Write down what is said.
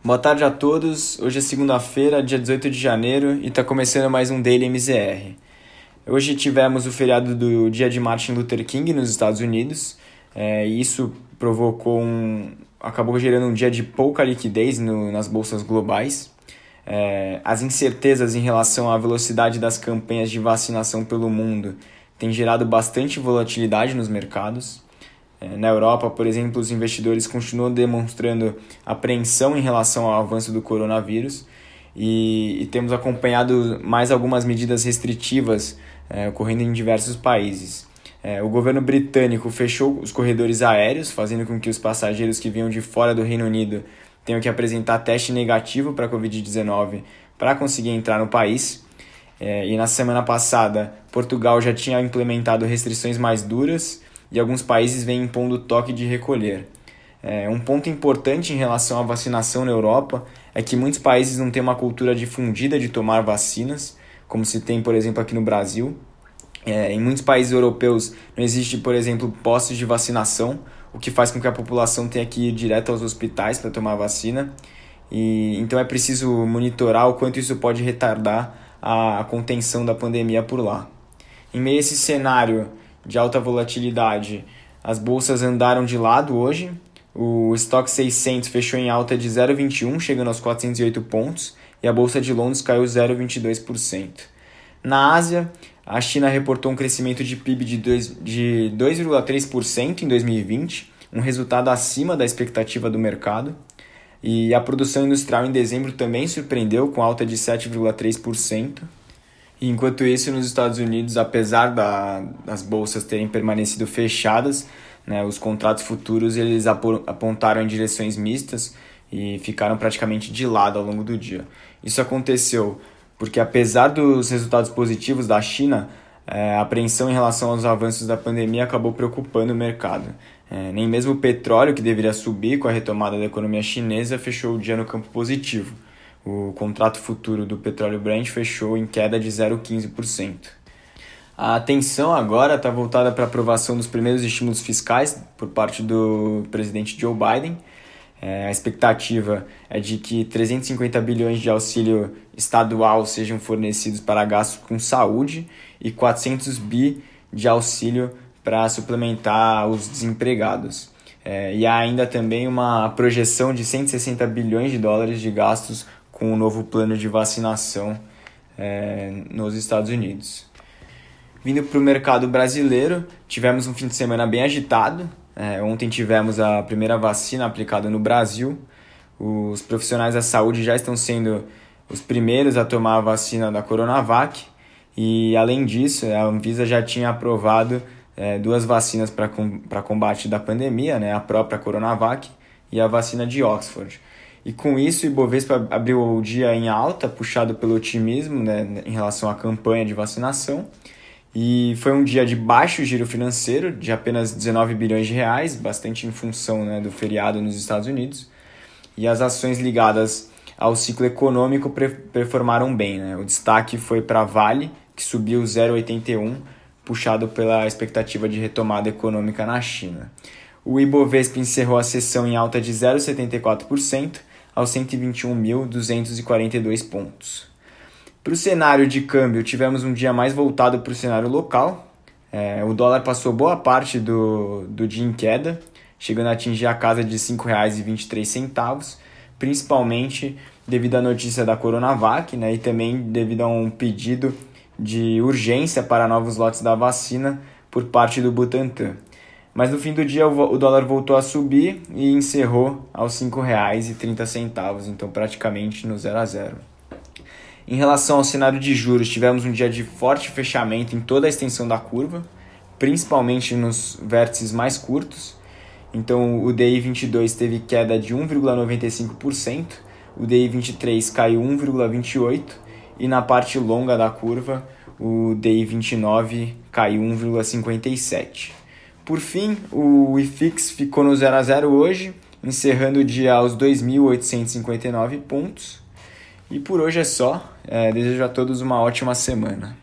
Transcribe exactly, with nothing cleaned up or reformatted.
Boa tarde a todos, hoje é segunda-feira, dia dezoito de janeiro e está começando mais um Daily M Z R. Hoje tivemos o feriado do dia de Martin Luther King nos Estados Unidos, é, e isso provocou um, acabou gerando um dia de pouca liquidez no, nas bolsas globais. É, as incertezas em relação à velocidade das campanhas de vacinação pelo mundo têm gerado bastante volatilidade nos mercados. Na Europa, por exemplo, os investidores continuam demonstrando apreensão em relação ao avanço do coronavírus e, e temos acompanhado mais algumas medidas restritivas é, ocorrendo em diversos países. É, o governo britânico fechou os corredores aéreos, fazendo com que os passageiros que vinham de fora do Reino Unido tenham que apresentar teste negativo para a covid dezenove para conseguir entrar no país. É, e na semana passada, Portugal já tinha implementado restrições mais duras e alguns países vêm impondo toque de recolher. É, um ponto importante em relação à vacinação na Europa é que muitos países não têm uma cultura difundida de tomar vacinas, como se tem, por exemplo, aqui no Brasil. É, em muitos países europeus não existe, por exemplo, postos de vacinação, o que faz com que a população tenha que ir direto aos hospitais para tomar vacina. E, então é preciso monitorar o quanto isso pode retardar a, a contenção da pandemia por lá. Em meio a esse cenário de alta volatilidade, as bolsas andaram de lado hoje. O Stoxx seiscentos fechou em alta de zero vírgula vinte e um, chegando aos quatrocentos e oito pontos, e a Bolsa de Londres caiu zero vírgula vinte e dois por cento. Na Ásia, a China reportou um crescimento de P I B de dois vírgula três por cento em dois mil e vinte, um resultado acima da expectativa do mercado, e a produção industrial em dezembro também surpreendeu, com alta de sete vírgula três por cento. Enquanto isso, nos Estados Unidos, apesar da, das bolsas terem permanecido fechadas, né, os contratos futuros eles apontaram em direções mistas e ficaram praticamente de lado ao longo do dia. Isso aconteceu porque, apesar dos resultados positivos da China, é, a apreensão em relação aos avanços da pandemia acabou preocupando o mercado. É, nem mesmo o petróleo, que deveria subir com a retomada da economia chinesa, fechou o dia no campo positivo. O contrato futuro do petróleo Brent fechou em queda de zero vírgula quinze por cento. A atenção agora está voltada para a aprovação dos primeiros estímulos fiscais por parte do presidente Joe Biden. É, a expectativa é de que trezentos e cinquenta bilhões de auxílio estadual sejam fornecidos para gastos com saúde e quatrocentos bi de auxílio para suplementar os desempregados. É, e há ainda também uma projeção de cento e sessenta bilhões de dólares de gastos com o novo plano de vacinação é, nos Estados Unidos. Vindo para o mercado brasileiro, tivemos um fim de semana bem agitado. É, ontem tivemos a primeira vacina aplicada no Brasil. Os profissionais da saúde já estão sendo os primeiros a tomar a vacina da Coronavac. E, além disso, a Anvisa já tinha aprovado é, duas vacinas para combate da pandemia, né, a própria Coronavac e a vacina de Oxford. E com isso, o Ibovespa abriu o dia em alta, puxado pelo otimismo, né, em relação à campanha de vacinação. E foi um dia de baixo giro financeiro, de apenas dezenove bilhões de reais, bastante em função, né, do feriado nos Estados Unidos. E as ações ligadas ao ciclo econômico performaram bem, né? O destaque foi para a Vale, que subiu zero vírgula oitenta e um, puxado pela expectativa de retomada econômica na China. O Ibovespa encerrou a sessão em alta de zero vírgula setenta e quatro por cento, aos cento e vinte e um mil duzentos e quarenta e dois pontos. Para o cenário de câmbio, tivemos um dia mais voltado para o cenário local. É, o dólar passou boa parte do, do dia em queda, chegando a atingir a casa de cinco reais e vinte e três centavos, principalmente devido à notícia da Coronavac, né, e também devido a um pedido de urgência para novos lotes da vacina por parte do Butantan. Mas no fim do dia o dólar voltou a subir e encerrou aos cinco reais e trinta centavos, então praticamente no zero a zero. Em relação ao cenário de juros, tivemos um dia de forte fechamento em toda a extensão da curva, principalmente nos vértices mais curtos. Então o D I vinte e dois teve queda de um vírgula noventa e cinco por cento, o D I vinte e três caiu um vírgula vinte e oito por cento e na parte longa da curva o D I vinte e nove caiu um vírgula cinquenta e sete por cento. Por fim, o I F I X ficou no zero a zero hoje, encerrando o dia aos dois mil oitocentos e cinquenta e nove pontos. E por hoje é só. É, desejo a todos uma ótima semana.